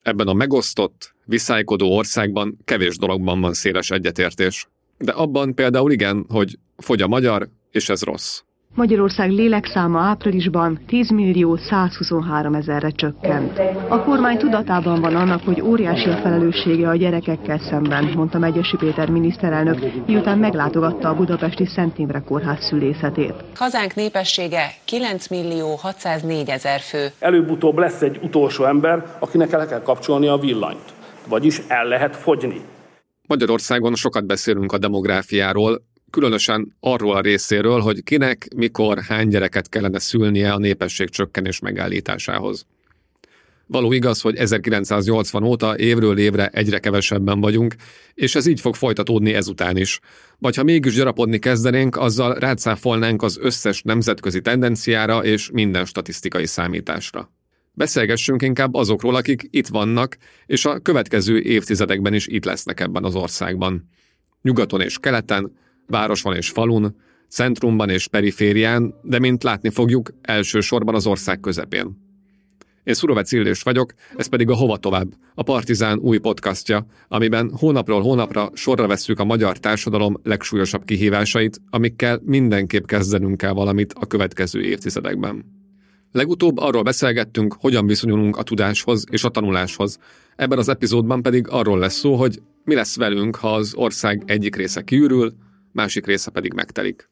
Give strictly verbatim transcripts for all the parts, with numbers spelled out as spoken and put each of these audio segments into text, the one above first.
Ebben a megosztott, viszálykodó országban kevés dologban van széles egyetértés. De abban például igen, hogy fogy a magyar, és ez rossz. Magyarország lélekszáma áprilisban tíz millió százhuszonhárom ezerre csökkent. A kormány tudatában van annak, hogy óriási a felelőssége a gyerekekkel szemben, mondta Megyesi Péter miniszterelnök, miután meglátogatta a budapesti Szent Imre Kórház szülészetét. Hazánk népessége kilenc millió hatszáznégy ezer fő. Előbb-utóbb lesz egy utolsó ember, akinek el kell kapcsolni a villanyt, vagyis el lehet fogyni. Magyarországon sokat beszélünk a demográfiáról, különösen arról a részéről, hogy kinek, mikor, hány gyereket kellene szülnie a népességcsökkenés megállításához. Való igaz, hogy ezerkilencszáznyolcvan óta évről évre egyre kevesebben vagyunk, és ez így fog folytatódni ezután is. Vagy ha mégis gyarapodni kezdenénk, azzal rácáfolnánk az összes nemzetközi tendenciára és minden statisztikai számításra. Beszélgessünk inkább azokról, akik itt vannak, és a következő évtizedekben is itt lesznek ebben az országban. Nyugaton és keleten, városban és falun, centrumban és periférián, de mint látni fogjuk, elsősorban az ország közepén. Én Szurovec Illés vagyok, ez pedig a Hova tovább, a Partizán új podcastja, amiben hónapról hónapra sorra vesszük a magyar társadalom legsúlyosabb kihívásait, amikkel mindenképp kezdenünk kell valamit a következő évtizedekben. Legutóbb arról beszélgettünk, hogyan viszonyulunk a tudáshoz és a tanuláshoz. Ebben az epizódban pedig arról lesz szó, hogy mi lesz velünk, ha az ország egyik része kiürül, másik része pedig megtelik.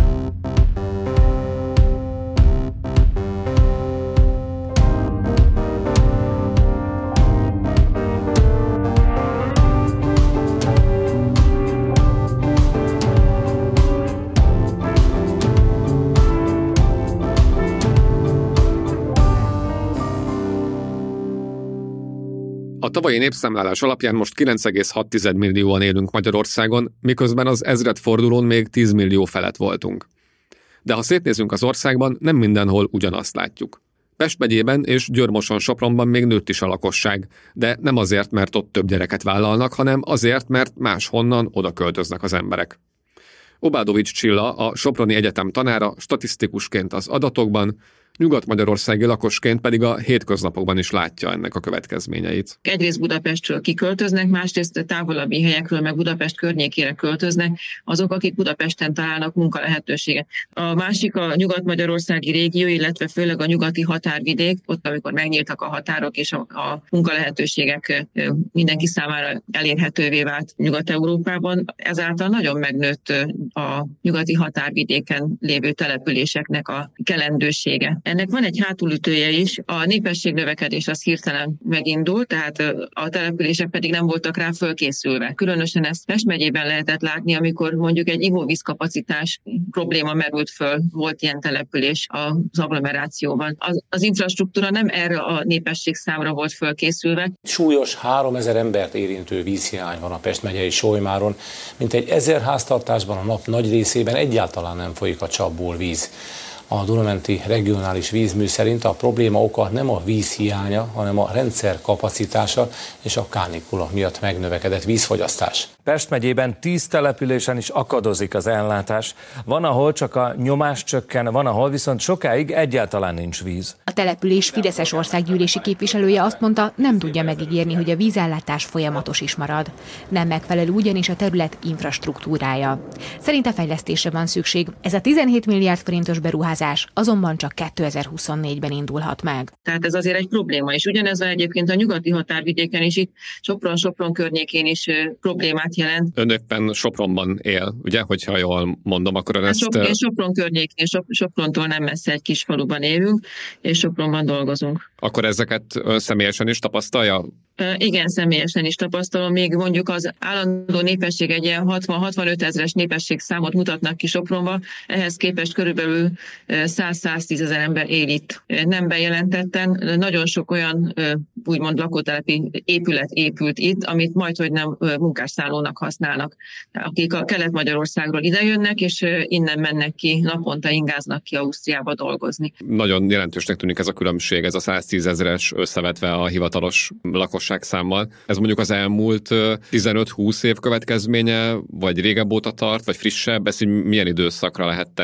A tavalyi népszámlálás alapján most kilenc egész hat millióan élünk Magyarországon, miközben az ezredfordulón még tíz millió felett voltunk. De ha szétnézünk az országban, nem mindenhol ugyanazt látjuk. Pest megyében és Győr-Moson-Sopronban még nőtt is a lakosság, de nem azért, mert ott több gyereket vállalnak, hanem azért, mert máshonnan oda költöznek az emberek. Obádovics Csilla, a Soproni Egyetem tanára statisztikusként az adatokban, nyugat-magyarországi lakosként pedig a hétköznapokban is látja ennek a következményeit. Egyrészt Budapestről kiköltöznek, másrészt távolabbi helyekről meg Budapest környékére költöznek azok, akik Budapesten találnak munkalehetőséget. A másik a nyugat-magyarországi régió, illetve főleg a nyugati határvidék, ott amikor megnyíltak a határok és a, a munkalehetőségek mindenki számára elérhetővé vált Nyugat-Európában, ezáltal nagyon megnőtt a nyugati határvidéken lévő településeknek a kelendősége. Ennek van egy hátulütője is, a népességnövekedés az hirtelen megindult, tehát a települések pedig nem voltak rá fölkészülve. Különösen ezt Pest megyében lehetett látni, amikor mondjuk egy ivóvízkapacitás probléma merült föl, volt ilyen település az agglomerációban. Az, az infrastruktúra nem erre a népességszámra volt fölkészülve. Súlyos háromezer embert érintő vízhiány van a Pest megyei Solymáron, mintegy ezer háztartásban a nap nagy részében egyáltalán nem folyik a csapból víz. A Duna-menti regionális vízmű szerint a probléma oka nem a víz hiánya, hanem a rendszer kapacitása és a kánikula miatt megnövekedett vízfogyasztás. Pest megyében tíz településen is akadozik az ellátás. Van, ahol csak a nyomás csökken, van, ahol viszont sokáig egyáltalán nincs víz. A település fideszes országgyűlési képviselője azt mondta, nem tudja megígérni, hogy a vízellátás folyamatos is marad. Nem megfelelő ugyanis a terület infrastruktúrája. Szerinte fejlesztésre van szükség. Ez a tizenhét milliárd forintos beruházás azonban csak kétezer-huszonnégyben indulhat meg. Tehát ez azért egy probléma, és ugyanez egyébként a nyugati határvidéken is, itt Sopron-Sopron környékén is problémát jelent. Ön éppen Sopronban él, ugye, hogyha jól mondom, akkor ön ezt... Sopron, Sopron környékén, Soprontól nem messze egy kis faluban élünk, és Sopronban dolgozunk. Akkor ezeket ön személyesen is tapasztalja? Igen, személyesen is tapasztalom, még mondjuk az állandó népesség egy ilyen hatvan-hatvanöt ezres népesség számot mutatnak ki Sopronba, ehhez képest körülbelül száz-száztíz ezer ember él itt. Nem bejelentetten, nagyon sok olyan úgymond lakótelepi épület épült itt, amit majdhogy nem munkásszállónak használnak. Akik a Kelet-Magyarországról idejönnek, és innen mennek ki, naponta ingáznak ki Ausztriába dolgozni. Nagyon jelentősnek tűnik ez a különbség, ez a száztíz ezeres összevetve a hivatalos lakosságszámmal. Ez mondjuk az elmúlt tizenöt-húsz év következménye, vagy régebb óta tart, vagy frissebb, ezt így milyen időszakra lehet tenni?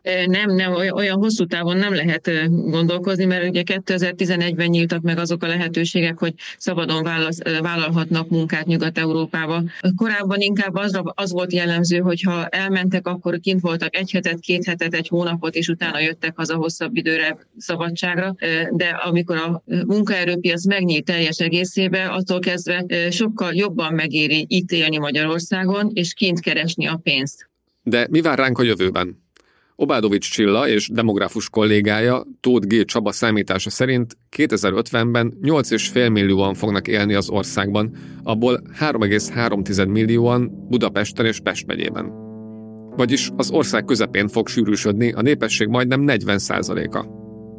Nem, nem, olyan hosszú távon nem lehet gondolkozni, mert ugye kétezer-tizenegyben nyíltak meg azok a lehetőségek, hogy szabadon vállalhatnak munkát Nyugat-Európába. Korábban inkább az, az volt jellemző, hogy ha elmentek, akkor kint voltak egy hetet, két hetet, egy hónapot, és utána jöttek haza hosszabb időre szabadságra. De amikor a munkaerőpiac megnyílt teljes egészébe, attól kezdve sokkal jobban megéri itt élni Magyarországon, és kint keresni a pénzt. De mi vár ránk a jövőben? Obádovics Csilla és demográfus kollégája Tóth G. Csaba számítása szerint kétezer-ötvenben nyolc egész öt millióan fognak élni az országban, abból három egész három millióan Budapesten és Pest megyében. Vagyis az ország közepén fog sűrűsödni a népesség majdnem negyven százaléka.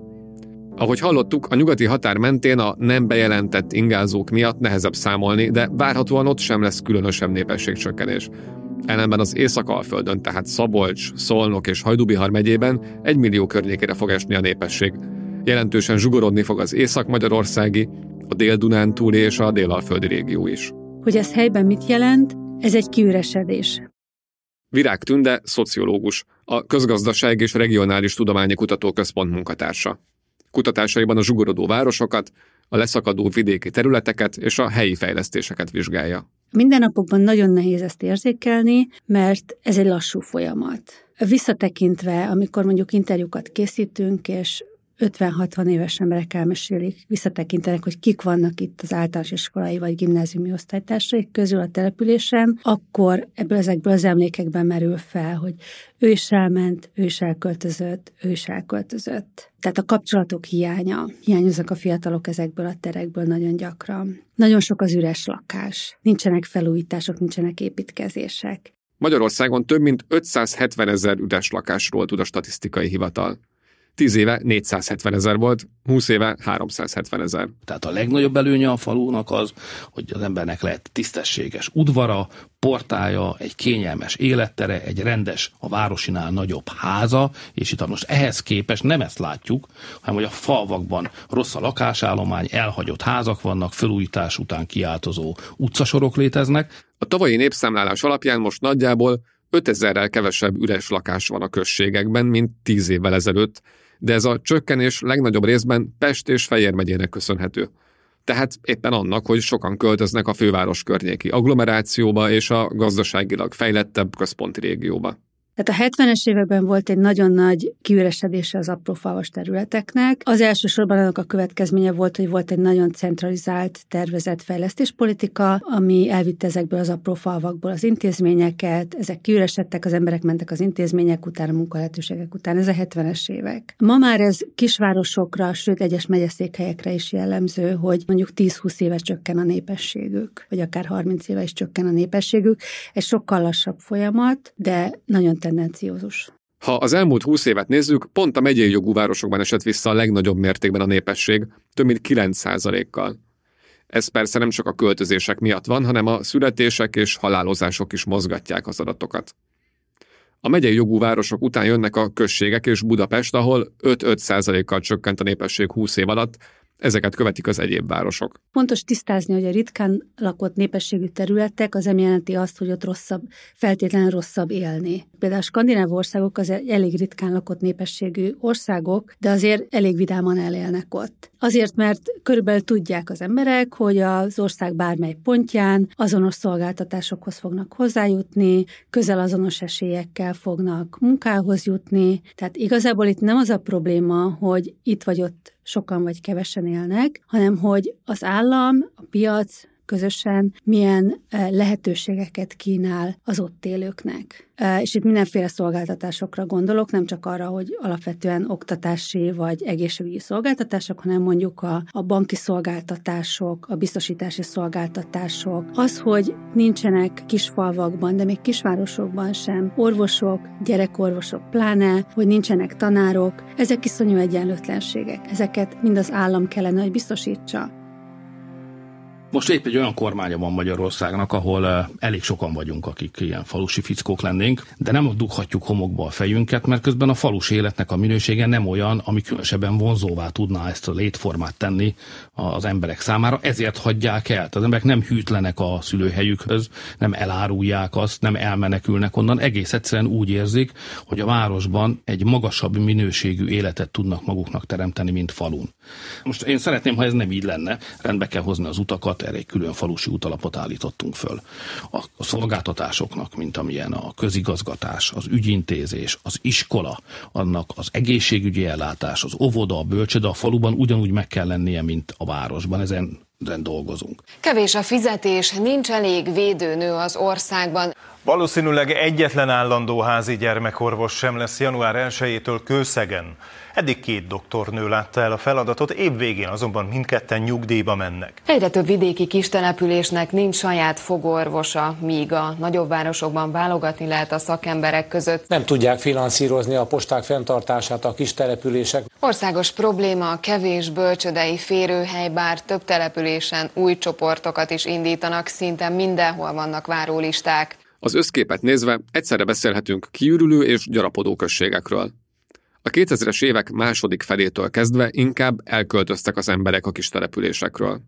Ahogy hallottuk, a nyugati határ mentén a nem bejelentett ingázók miatt nehezebb számolni, de várhatóan ott sem lesz különösebb népességcsökkenés. Ellenben az Észak-Alföldön, tehát Szabolcs, Szolnok és Hajdú-Bihar megyében egy millió környékére fog esni a népesség. Jelentősen zsugorodni fog az észak-magyarországi, a Dél-Dunántúli és a dél-alföldi régió is. Hogy ez helyben mit jelent? Ez egy kiüresedés. Virág Tünde, szociológus, a Közgazdaság és Regionális Tudományi Kutatóközpont munkatársa. Kutatásaiban a zsugorodó városokat, a leszakadó vidéki területeket és a helyi fejlesztéseket vizsgálja. Mindennapokban nagyon nehéz ezt érzékelni, mert ez egy lassú folyamat. Visszatekintve, amikor mondjuk interjúkat készítünk, és ötven-hatvan éves emberek elmesélik, visszatekintenek, hogy kik vannak itt az általános iskolai vagy gimnáziumi osztálytársaik közül a településen, akkor ebből ezekből az emlékekben merül fel, hogy ő is elment, ő is elköltözött, ő is elköltözött. Tehát a kapcsolatok hiánya. Hiányoznak a fiatalok ezekből a terekből nagyon gyakran. Nagyon sok az üres lakás. Nincsenek felújítások, nincsenek építkezések. Magyarországon több mint ötszázhetven ezer üres lakásról tud a statisztikai hivatal. tíz éve négyszázhetven ezer volt, húsz éve háromszázhetven ezer. Tehát a legnagyobb előnye a falunak az, hogy az embernek lehet tisztességes udvara, portálja, egy kényelmes élettere, egy rendes, a városinál nagyobb háza, és itt most ehhez képest nem ezt látjuk, hanem hogy a falvakban rossz a lakásállomány, elhagyott házak vannak, felújítás után kiáltozó utcasorok léteznek. A tavalyi népszámlálás alapján most nagyjából ötezerrel kevesebb üres lakás van a községekben, mint tíz évvel ezelőtt, de ez a csökkenés legnagyobb részben Pest és Fejér megyének köszönhető. Tehát éppen annak, hogy sokan költöznek a főváros környéki agglomerációba és a gazdaságilag fejlettebb központi régióba. Tehát a hetvenes években volt egy nagyon nagy kiüresedése az aprófalvas területeknek. Az elsősorban annak a következménye volt, hogy volt egy nagyon centralizált, tervezett fejlesztéspolitika, ami elvitte ezekből az aprófalvakból az intézményeket, ezek kiüresedtek, az emberek mentek az intézmények után, a munkalehetőségek után. Ez a hetvenes évek. Ma már ez kisvárosokra, sőt egyes megyeszékhelyekre is jellemző, hogy mondjuk tíz-húsz éve csökken a népességük, vagy akár harminc éve is csökken a népességük. Ez sokkal lassabb folyamat, de nagyon tendenciózus. Ha az elmúlt húsz évet nézzük, pont a megyei jogú városokban esett vissza a legnagyobb mértékben a népesség, több mint kilenc százalékkal. Ez persze nem csak a költözések miatt van, hanem a születések és halálozások is mozgatják az adatokat. A megyei jogú városok után jönnek a községek és Budapest, ahol öt-öt százalékkal csökkent a népesség húsz év alatt, ezeket követik az egyéb városok. Fontos tisztázni, hogy a ritkán lakott népességű területek az nem jelenti azt, hogy ott rosszabb, feltétlenül rosszabb élni. Például a skandináv országok az elég ritkán lakott népességű országok, de azért elég vidáman elélnek ott. Azért, mert körülbelül tudják az emberek, hogy az ország bármely pontján azonos szolgáltatásokhoz fognak hozzájutni, közel azonos esélyekkel fognak munkához jutni. Tehát igazából itt nem az a probléma, hogy itt vagy ott sokan vagy kevesen élnek, hanem hogy az állam, a piac közösen milyen lehetőségeket kínál az ott élőknek. És itt mindenféle szolgáltatásokra gondolok, nem csak arra, hogy alapvetően oktatási vagy egészségügyi szolgáltatások, hanem mondjuk a, a banki szolgáltatások, a biztosítási szolgáltatások. Az, hogy nincsenek kisfalvakban, de még kisvárosokban sem orvosok, gyerekorvosok pláne, hogy nincsenek tanárok, ezek iszonyú egyenlőtlenségek. Ezeket mind az állam kellene, hogy biztosítsa. Most épp egy olyan kormánya van Magyarországnak, ahol elég sokan vagyunk, akik ilyen falusi fickók lennénk, de nem dughatjuk homokba a fejünket, mert közben a falusi életnek a minősége nem olyan, ami különösebben vonzóvá tudná ezt a létformát tenni az emberek számára, ezért hagyják el. Tehát az emberek nem hűtlenek a szülőhelyükhöz, nem elárulják azt, nem elmenekülnek onnan, egész egyszerűen úgy érzik, hogy a városban egy magasabb minőségű életet tudnak maguknak teremteni, mint falun. Most én szeretném, ha ez nem így lenne, rendbe kell hozni az utakat, erre egy külön falusi útalapot állítottunk föl. A, a szolgáltatásoknak, mint amilyen a közigazgatás, az ügyintézés, az iskola, annak az egészségügyi ellátás, az óvoda, a bölcsőde a faluban ugyanúgy meg kell lennie, mint a városban. Ezen, ezen dolgozunk. Kevés a fizetés, nincs elég védőnő az országban. Valószínűleg egyetlen állandó házi gyermekorvos sem lesz január elsejétől Kőszegen. Eddig két doktornő látta el a feladatot, év végén azonban mindketten nyugdíjba mennek. Egyre több vidéki kistelepülésnek nincs saját fogorvosa, míg a nagyobb városokban válogatni lehet a szakemberek között. Nem tudják finanszírozni a posták fenntartását a kistelepülések. Országos probléma a kevés bölcsődei férőhely, bár több településen új csoportokat is indítanak, szinte mindenhol vannak várólisták. Az összképet nézve egyszerre beszélhetünk kiürülő és gyarapodó községekről. A kétezres évek második felétől kezdve inkább elköltöztek az emberek a kis településekről.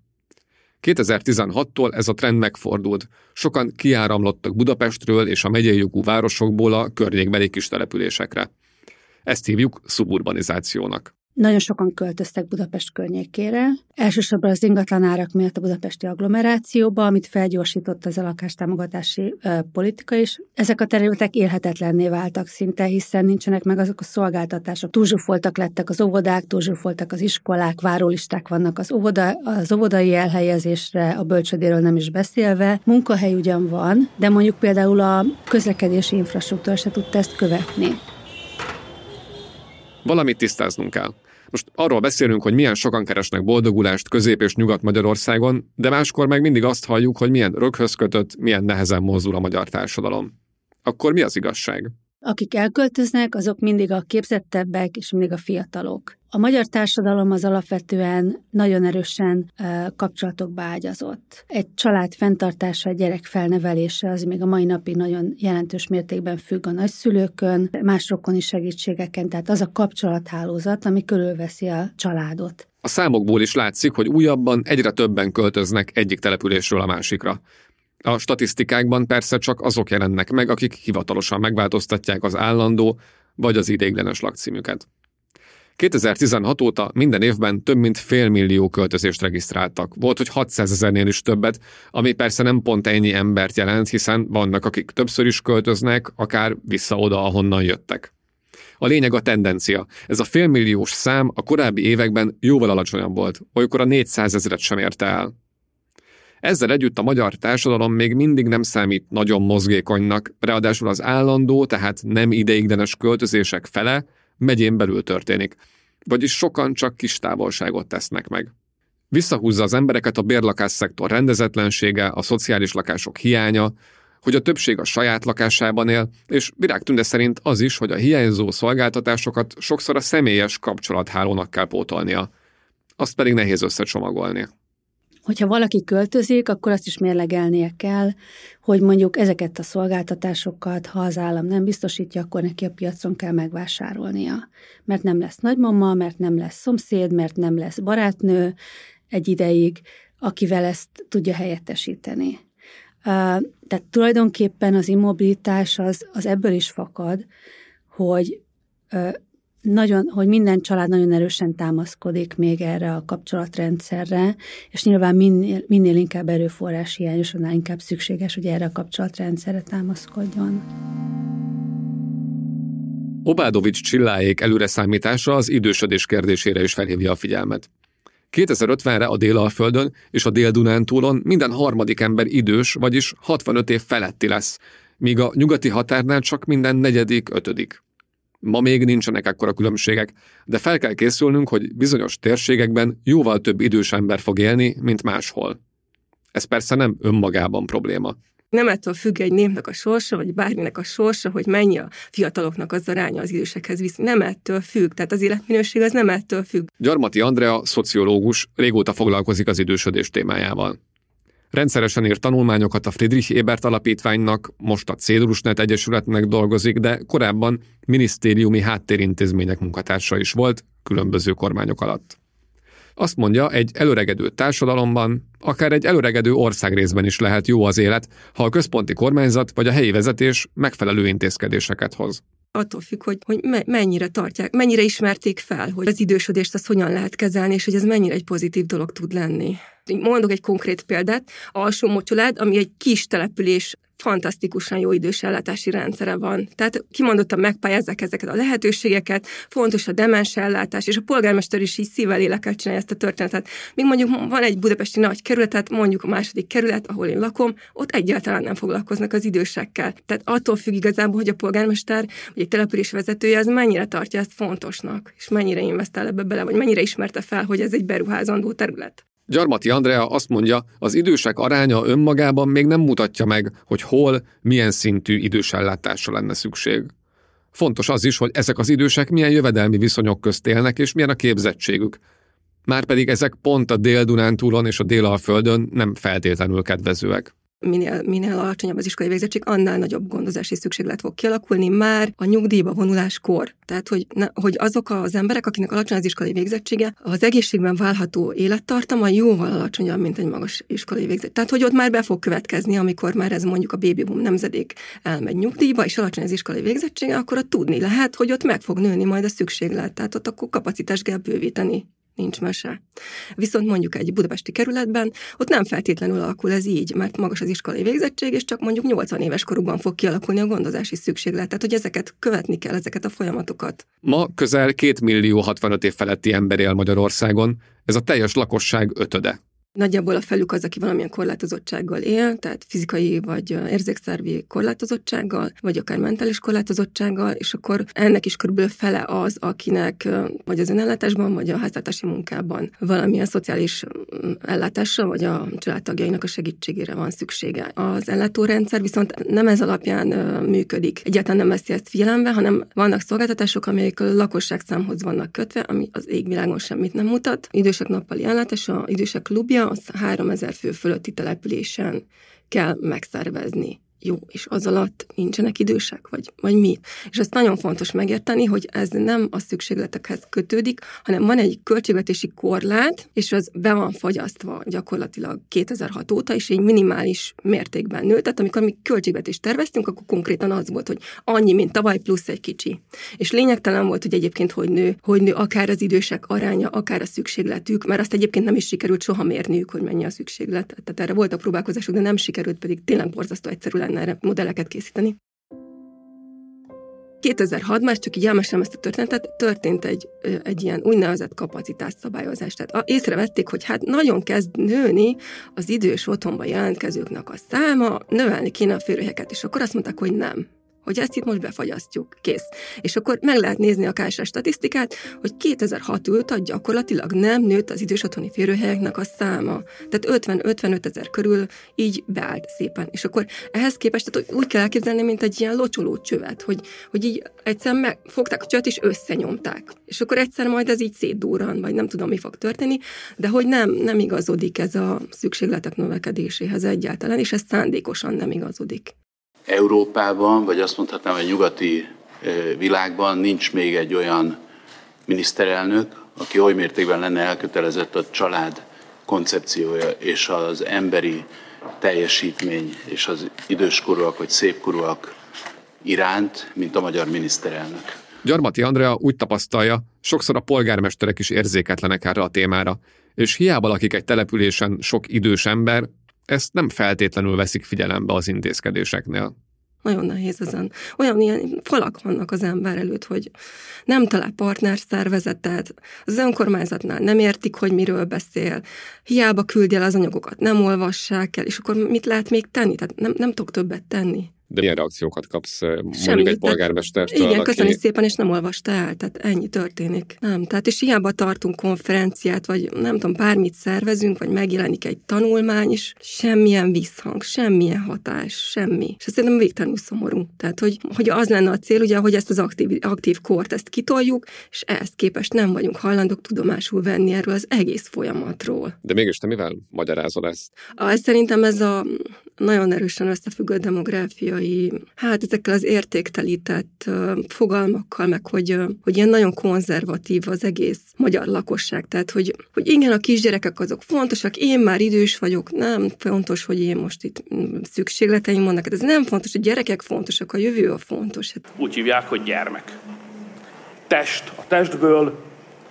kétezer-tizenhattól ez a trend megfordult, sokan kiáramlottak Budapestről és a megyei jogú városokból a környékbeli kis településekre. Ezt hívjuk szuburbanizációnak. Nagyon sokan költöztek Budapest környékére, elsősorban az ingatlanárak miatt a budapesti agglomerációba, amit felgyorsított ez a lakástámogatási ö, politika is. Ezek a területek élhetetlenné váltak szinte, hiszen nincsenek meg azok a szolgáltatások. Túlzsúfoltak lettek az óvodák, túlzsúfoltak az iskolák, várólisták vannak az, óvoda, az óvodai elhelyezésre, a bölcsödéről nem is beszélve. Munkahely ugyan van, de mondjuk például a közlekedési infrastruktúra se tudta ezt követni. Valamit tisztáznunk kell. Most arról beszélünk, hogy milyen sokan keresnek boldogulást Közép- és Nyugat-Magyarországon, de máskor meg mindig azt halljuk, hogy milyen röghöz kötött, milyen nehezen mozdul a magyar társadalom. Akkor mi az igazság? Akik elköltöznek, azok mindig a képzettebbek és mindig a fiatalok. A magyar társadalom az alapvetően nagyon erősen uh, kapcsolatokba ágyazott. Egy család fenntartása, egy gyerek felnevelése az még a mai napig nagyon jelentős mértékben függ a nagyszülőkön, más rokoni segítségeken, tehát az a kapcsolathálózat, ami körülveszi a családot. A számokból is látszik, hogy újabban egyre többen költöznek egyik településről a másikra. A statisztikákban persze csak azok jelennek meg, akik hivatalosan megváltoztatják az állandó vagy az ideiglenes lakcímüket. kétezer-tizenhat óta minden évben több mint félmillió költözést regisztráltak. Volt, hogy hatszázezernél is többet, ami persze nem pont ennyi embert jelent, hiszen vannak, akik többször is költöznek, akár vissza oda, ahonnan jöttek. A lényeg a tendencia. Ez a félmilliós szám a korábbi években jóval alacsonyabb volt, olykor a négyszázezret sem érte el. Ezzel együtt a magyar társadalom még mindig nem számít nagyon mozgékonynak, ráadásul az állandó, tehát nem ideiglenes költözések fele megyén belül történik, vagyis sokan csak kis távolságot tesznek meg. Visszahúzza az embereket a bérlakásszektor rendezetlensége, a szociális lakások hiánya, hogy a többség a saját lakásában él, és Virág Tünde szerint az is, hogy a hiányzó szolgáltatásokat sokszor a személyes kapcsolathálónak kell pótolnia. Azt pedig nehéz összecsomagolni. Hogyha valaki költözik, akkor azt is mérlegelnie kell, hogy mondjuk ezeket a szolgáltatásokat, ha az állam nem biztosítja, akkor neki a piacon kell megvásárolnia. Mert nem lesz nagymama, mert nem lesz szomszéd, mert nem lesz barátnő egy ideig, akivel ezt tudja helyettesíteni. Tehát tulajdonképpen az immobilitás az, az ebből is fakad, hogy Nagyon, hogy minden család nagyon erősen támaszkodik még erre a kapcsolatrendszerre, és nyilván minél, minél inkább erőforrás hiányos, annál inkább szükséges, hogy erre a kapcsolatrendszerre támaszkodjon. Obádovics Csilláék előreszámítása az idősödés kérdésére is felhívja a figyelmet. kétezer-ötvenre a Délalföldön és a Dél-Dunántúlon minden harmadik ember idős, vagyis hatvanöt év feletti lesz, míg a nyugati határnál csak minden negyedik, ötödik. Ma még nincsenek ekkora különbségek, de fel kell készülnünk, hogy bizonyos térségekben jóval több idős ember fog élni, mint máshol. Ez persze nem önmagában probléma. Nem ettől függ egy népnek a sorsa, vagy bárminek a sorsa, hogy mennyi a fiataloknak az aránya az idősekhez visz. Nem ettől függ, tehát az életminőség az nem ettől függ. Gyarmati Andrea, szociológus, régóta foglalkozik az idősödés témájával. Rendszeresen írt tanulmányokat a Friedrich Ebert Alapítványnak, most a Cédrusnet Egyesületnek dolgozik, de korábban minisztériumi háttérintézmények munkatársa is volt, különböző kormányok alatt. Azt mondja, egy előregedő társadalomban, akár egy előregedő országrészben is lehet jó az élet, ha a központi kormányzat vagy a helyi vezetés megfelelő intézkedéseket hoz. Attól függ, hogy, hogy mennyire tartják, mennyire ismerték fel, hogy az idősödést azt hogyan lehet kezelni, és hogy ez mennyire egy pozitív dolog tud lenni. Mondok egy konkrét példát, Alsó-Mocsolád, ami egy kis település, fantasztikusan jó idősellátási rendszere van. Tehát kimondottan megpályázzák ezeket a lehetőségeket, fontos a demens ellátás, és a polgármester is így szívvel lélekkel csinálja ezt a történetet. Még mondjuk van egy budapesti nagy kerületet, mondjuk a második kerület, ahol én lakom, ott egyáltalán nem foglalkoznak az idősekkel. Tehát attól függ igazából, hogy a polgármester vagy egy település vezetője az mennyire tartja ezt fontosnak, és mennyire investál ebbe bele, vagy mennyire ismerte fel, hogy ez egy beruházandó terület. Gyarmati Andrea azt mondja, az idősek aránya önmagában még nem mutatja meg, hogy hol, milyen szintű idősellátásra lenne szükség. Fontos az is, hogy ezek az idősek milyen jövedelmi viszonyok közt élnek, és milyen a képzettségük. Márpedig ezek pont a Dél-Dunántúlon és a Dél-Alföldön nem feltétlenül kedvezőek. Minél, minél alacsonyabb az iskolai végzettség, annál nagyobb gondozási szükséglet fog kialakulni már a nyugdíjba vonuláskor. Tehát, hogy, ne, hogy azok az emberek, akinek alacsony az iskolai végzettsége, az egészségben válható élettartama jóval alacsonyabb, mint egy magas iskolai végzettség. Tehát, hogy ott már be fog következni, amikor már ez mondjuk a baby boom nemzedék elmegy nyugdíjba, és alacsony az iskolai végzettsége, akkor ott tudni lehet, hogy ott meg fog nőni majd a szükséglet. Tehát ott akkor kapacitást kell bővíteni. Nincs mese. Viszont mondjuk egy budapesti kerületben ott nem feltétlenül alakul ez így, mert magas az iskolai végzettség, és csak mondjuk nyolcvan éves korukban fog kialakulni a gondozási szükséglet. Tehát, hogy ezeket követni kell, ezeket a folyamatokat. Ma közel két millió hatvanöt év feletti ember él Magyarországon, ez a teljes lakosság ötöde. Nagyjából a felük az, aki valamilyen korlátozottsággal él, tehát fizikai vagy érzékszervi korlátozottsággal, vagy akár mentális korlátozottsággal, és akkor ennek is körülbelül fele az, akinek vagy az önellátásban, vagy a háztartási munkában valamilyen szociális ellátásra, vagy a családtagjainak a segítségére van szüksége. Az ellátórendszer viszont nem ez alapján működik. Egyáltalán nem veszi ezt figyelembe, hanem vannak szolgáltatások, amelyek a lakosságszámhoz vannak kötve, ami az égvilágon semmit nem mutat. Idősek nappali ellátása, idősek klubja, az háromezer fő fölötti településen kell megszervezni. Jó, és az alatt nincsenek idősek, vagy, vagy mi? És ezt nagyon fontos megérteni, hogy ez nem a szükségletekhez kötődik, hanem van egy költségvetési korlát, és az be van fagyasztva gyakorlatilag kétezer-hat óta, és egy minimális mértékben nő. Tehát amikor mi költségvetést terveztünk, akkor konkrétan az volt, hogy annyi, mint tavaly, plusz egy kicsi. És lényegtelen volt, hogy egyébként hogy nő, hogy nő akár az idősek aránya, akár a szükségletük, mert azt egyébként nem is sikerült soha mérniük, hogy mennyi a szükséglet. Tehát erre voltak próbálkozások, de nem sikerült, pedig tényleg borzasztó egyszerű lenne erre modelleket készíteni. kétezer-hatban, csak így elmesélem ezt a történetet, történt egy, egy ilyen úgynevezett kapacitásszabályozás. Tehát észrevették, hogy hát nagyon kezd nőni az idős otthonban jelentkezőknek a száma, növelni kéne a férőhelyeket, és akkor azt mondták, hogy nem. Hogy ezt itt most befagyasztjuk. Kész. És akkor meg lehet nézni a ká es es statisztikát, hogy kétezer-hat óta gyakorlatilag nem nőtt az idős otthoni férőhelyeknek a száma. Tehát ötven-ötvenöt ezer körül így beállt szépen. És akkor ehhez képest tehát úgy kell elképzelni, mint egy ilyen locsoló csövet, hogy, hogy így egyszer megfogták a csövet és összenyomták. És akkor egyszer majd ez így szétdúran, vagy nem tudom, mi fog történni, de hogy nem, nem igazodik ez a szükségletek növekedéséhez egyáltalán, és ez szándékosan nem igazodik. Európában, vagy azt mondhatnám, hogy nyugati világban nincs még egy olyan miniszterelnök, aki oly mértékben lenne elkötelezett a család koncepciója és az emberi teljesítmény és az időskorúak vagy szépkorúak iránt, mint a magyar miniszterelnök. Gyarmati Andrea úgy tapasztalja, sokszor a polgármesterek is érzéketlenek erre a témára, és hiába lakik egy településen sok idős ember, ezt nem feltétlenül veszik figyelembe az intézkedéseknél. Nagyon nehéz ezen. Olyan ilyen falak vannak az ember előtt, hogy nem talál partnerszervezetet, az önkormányzatnál nem értik, hogy miről beszél, hiába küldi el az anyagokat, nem olvassák el, és akkor mit lehet még tenni? Tehát nem, nem tudok többet tenni. De milyen reakciókat kapsz mondjuk Semmi, egy polgármestertől? Igen, aki... köszönöm szépen, és nem olvasta el, tehát ennyi történik. Nem, tehát és hiába tartunk konferenciát, vagy nem tudom, bármit szervezünk, vagy megjelenik egy tanulmány, és semmilyen visszhang, semmilyen hatás, semmi. És ez szerintem végtelenül szomorú. Tehát, hogy, hogy az lenne a cél, ugye, hogy ezt az aktív, aktív kort, ezt kitoljuk, és ehhez képest nem vagyunk hajlandók tudomásul venni erről az egész folyamatról. De mégis te mivel magyarázol ezt? Az szerintem ez a nagyon erősen összefüggő demográfiai, hát ezekkel az értéktelített uh, fogalmakkal, meg hogy, uh, hogy ilyen nagyon konzervatív az egész magyar lakosság. Tehát, hogy, hogy igen, a kisgyerekek azok fontosak, én már idős vagyok, nem fontos, hogy én most itt szükségleteim vannak. Hát ez nem fontos, a gyerekek fontosak, a jövő a fontos. Hát. Úgy hívják, hogy gyermek. Test a testből,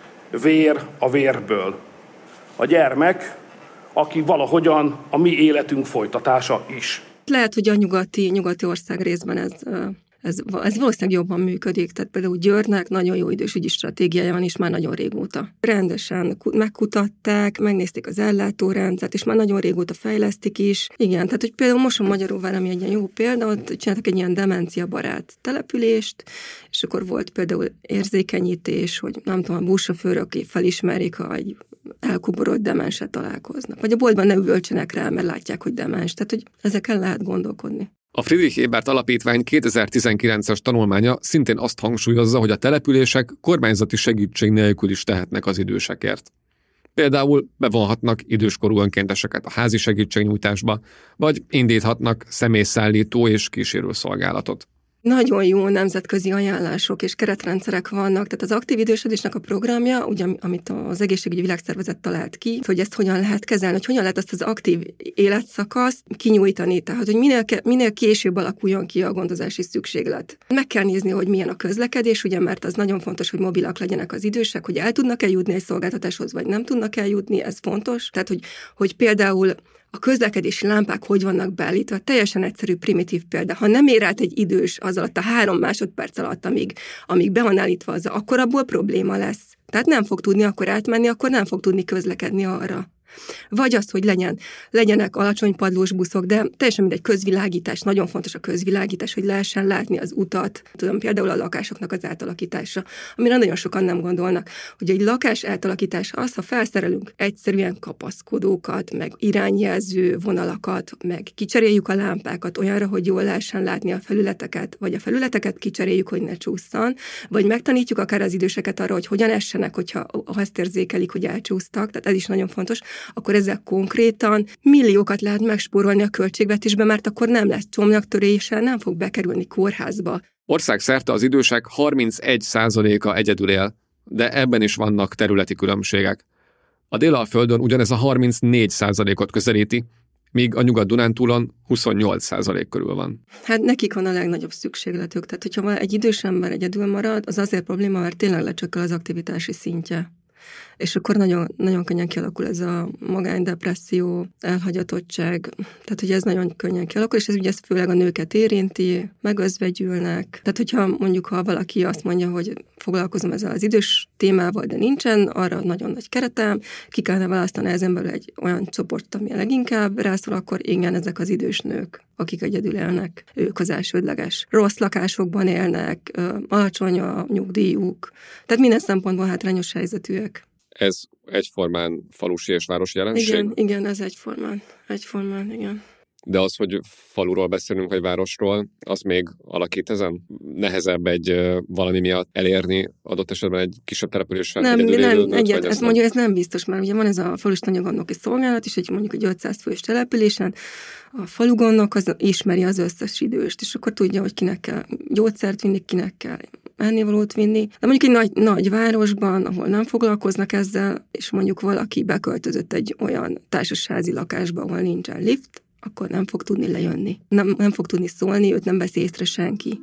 vér a vérből. A gyermek, aki valahogyan a mi életünk folytatása is. Lehet, hogy a nyugati, nyugati ország részben ez, ez, ez valószínűleg jobban működik. Tehát például Győrnek nagyon jó idősügyi stratégiája van is már nagyon régóta. Rendesen megkutatták, megnézték az ellátórendszert, és már nagyon régóta fejlesztik is. Igen, tehát hogy például Mosonmagyaróvár, ami egy ilyen jó példa, ott csináltak egy ilyen demenciabarát települést, és akkor volt például érzékenyítés, hogy nem tudom, a buszsofőrök felismerik, hogy elkuborult demenssel találkoznak. Vagy a boltban ne üvöltsenek rá, mert látják, hogy demens. Tehát, hogy ezeken lehet gondolkodni. A Friedrich Ebert Alapítvány kétezer-tizenkilences tanulmánya szintén azt hangsúlyozza, hogy a települések kormányzati segítség nélkül is tehetnek az idősekért. Például bevonhatnak időskorú önkénteseket a házi segítségnyújtásba, vagy indíthatnak személyszállító és kísérő szolgálatot. Nagyon jó nemzetközi ajánlások és keretrendszerek vannak, tehát az aktív idősödésnek a programja, ugye, amit az Egészségügyi Világszervezet talált ki, hogy ezt hogyan lehet kezelni, hogy hogyan lehet ezt az aktív életszakaszt kinyújtani, tehát hogy minél, minél később alakuljon ki a gondozási szükséglet. Meg kell nézni, hogy milyen a közlekedés, ugye, mert az nagyon fontos, hogy mobilak legyenek az idősek, hogy el tudnak-e jutni egy szolgáltatáshoz, vagy nem tudnak eljutni, ez fontos. Tehát, hogy, hogy például a közlekedési lámpák hogy vannak beállítva, teljesen egyszerű, primitív példa. Ha nem ér át egy idős az alatt a három másodperc alatt, amíg, amíg be van állítva az, akkor abból probléma lesz. Tehát nem fog tudni akkor átmenni, akkor nem fog tudni közlekedni arra. Vagy az, hogy legyen, legyenek alacsony padlós buszok, de teljesen mindegy, közvilágítás, nagyon fontos a közvilágítás, hogy lehessen látni az utat, tudom, például a lakásoknak az átalakítása, amire nagyon sokan nem gondolnak, hogy egy lakás átalakítása az, ha felszerelünk egyszerűen kapaszkodókat, meg irányjelző vonalakat, meg kicseréljük a lámpákat olyanra, hogy jól lehessen látni a felületeket, vagy a felületeket kicseréljük, hogy ne csúszson, vagy megtanítjuk akár az időseket arra, hogy hogyan essenek, hogyha azt érzékelik, hogy elcsúsztak, tehát ez is nagyon fontos, akkor ezzel konkrétan milliókat lehet megspórolni a költségvetésbe, mert akkor nem lesz csomagtörése, nem fog bekerülni kórházba. Országszerte az idősek harmincegy százaléka egyedül él, de ebben is vannak területi különbségek. A Délalföldön ugyanez a harmincnégy százalékot közelíti, míg a Nyugat-Dunántúlon huszonnyolc százalék körül van. Hát nekik van a legnagyobb szükségletük. Tehát, hogyha egy idős ember egyedül marad, az azért probléma, mert tényleg lecsökkal az aktivitási szintje. És akkor nagyon, nagyon könnyen kialakul ez a magánydepresszió, elhagyatottság, tehát hogy ez nagyon könnyen kialakul, és ez ugye ez főleg a nőket érinti, megözvegyülnek. Tehát hogyha mondjuk, ha valaki azt mondja, hogy foglalkozom ezzel az idős témával, de nincsen arra nagyon nagy keretem, ki kellene választani ezen belül egy olyan csoport, ami leginkább rászól, akkor igen, ezek az idős nők, akik egyedül élnek, ők az elsődleges. Rossz lakásokban élnek, alacsony a nyugdíjuk, tehát minden szempontból hátrányos helyzetűek. Ez egyformán falusi és városi jelenség? Igen, igen, ez egyformán. Egyformán, igen. De az, hogy faluról beszélünk, vagy városról, az még alakít ezen? Nehezebb egy valami miatt elérni adott esetben egy kisebb településen? Nem, nem, egyet, ez mondjuk ez nem biztos, mert ugye van ez a falusi tanyagondnoki szolgálat is, egy mondjuk egy ötszáz fős településen, a falugondnok az ismeri az összes időst, és akkor tudja, hogy kinek kell gyógyszert vinni, kinek kell ennivalót vinni. De mondjuk egy nagy, nagy városban, ahol nem foglalkoznak ezzel, és mondjuk valaki beköltözött egy olyan társasházi lakásba, ahol nincsen lift, akkor nem fog tudni lejönni. Nem, nem fog tudni szólni, őt nem veszi észre senki.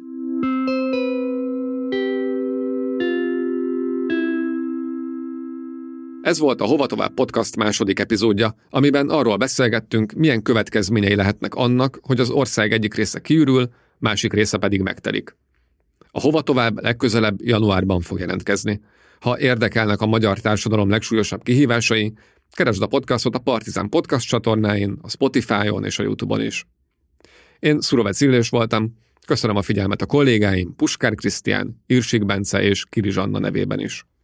Ez volt a Hova Tovább podcast második epizódja, amiben arról beszélgettünk, milyen következményei lehetnek annak, hogy az ország egyik része kiürül, másik része pedig megtelik. A Hova Tovább legközelebb januárban fog jelentkezni. Ha érdekelnek a magyar társadalom legsúlyosabb kihívásai, keresd a podcastot a Partizán podcast csatornáin, a Spotify-on és a YouTube-on is. Én Szurovec Illés voltam, köszönöm a figyelmet a kollégáim, Puskár Krisztián, Irsik Bence és Kiri Zsanna nevében is.